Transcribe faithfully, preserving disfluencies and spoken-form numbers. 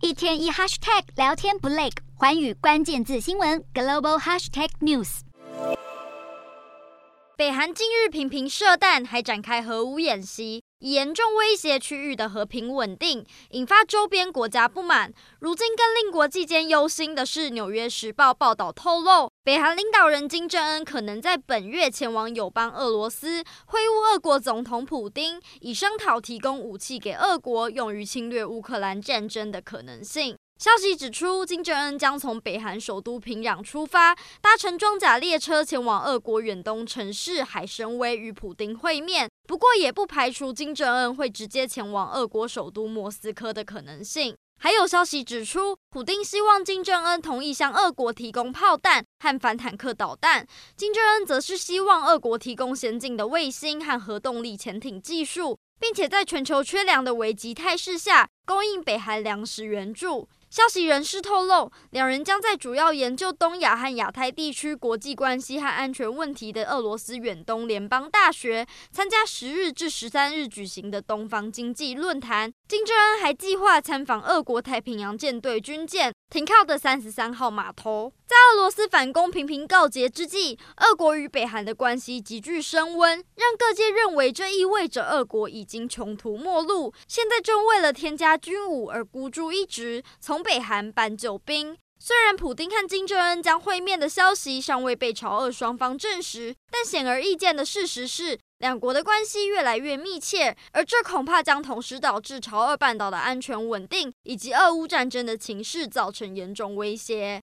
一天一 hashtag 聊天不累，寰宇关键字新闻 global hashtag news。 北韩近日频频射弹，还展开核武演习，以严重威胁区域的和平稳定，引发周边国家不满。如今更令国际间忧心的是，《纽约时报》报道透露，北韩领导人金正恩可能在本月前往友邦俄罗斯，会晤俄国总统普丁，以商讨提供武器给俄国，用于侵略乌克兰战争的可能性。消息指出，金正恩将从北韩首都平壤出发，搭乘装甲列车前往俄国远东城市海参崴与普丁会面。不过，也不排除金正恩会直接前往俄国首都莫斯科的可能性。还有消息指出，普丁希望金正恩同意向俄国提供炮弹和反坦克导弹，金正恩则是希望俄国提供先进的卫星和核动力潜艇技术，并且在全球缺粮的危急态势下，供应北韩粮食援助。消息人士透露，两人将在主要研究东亚和亚太地区国际关系和安全问题的俄罗斯远东联邦大学参加十日至十三日举行的东方经济论坛。金正恩还计划参访俄国太平洋舰队军舰停靠的三十三号码头。在俄罗斯反攻频频告捷之际，俄国与北韩的关系急剧升温，让各界认为这意味着俄国已经穷途末路，现在正为了添加军武而孤注一掷，从北韩搬救兵。虽然普丁和金正恩将会面的消息尚未被朝俄双方证实，但显而易见的事实是，两国的关系越来越密切，而这恐怕将同时导致朝俄半岛的安全稳定以及俄乌战争的情势造成严重威胁。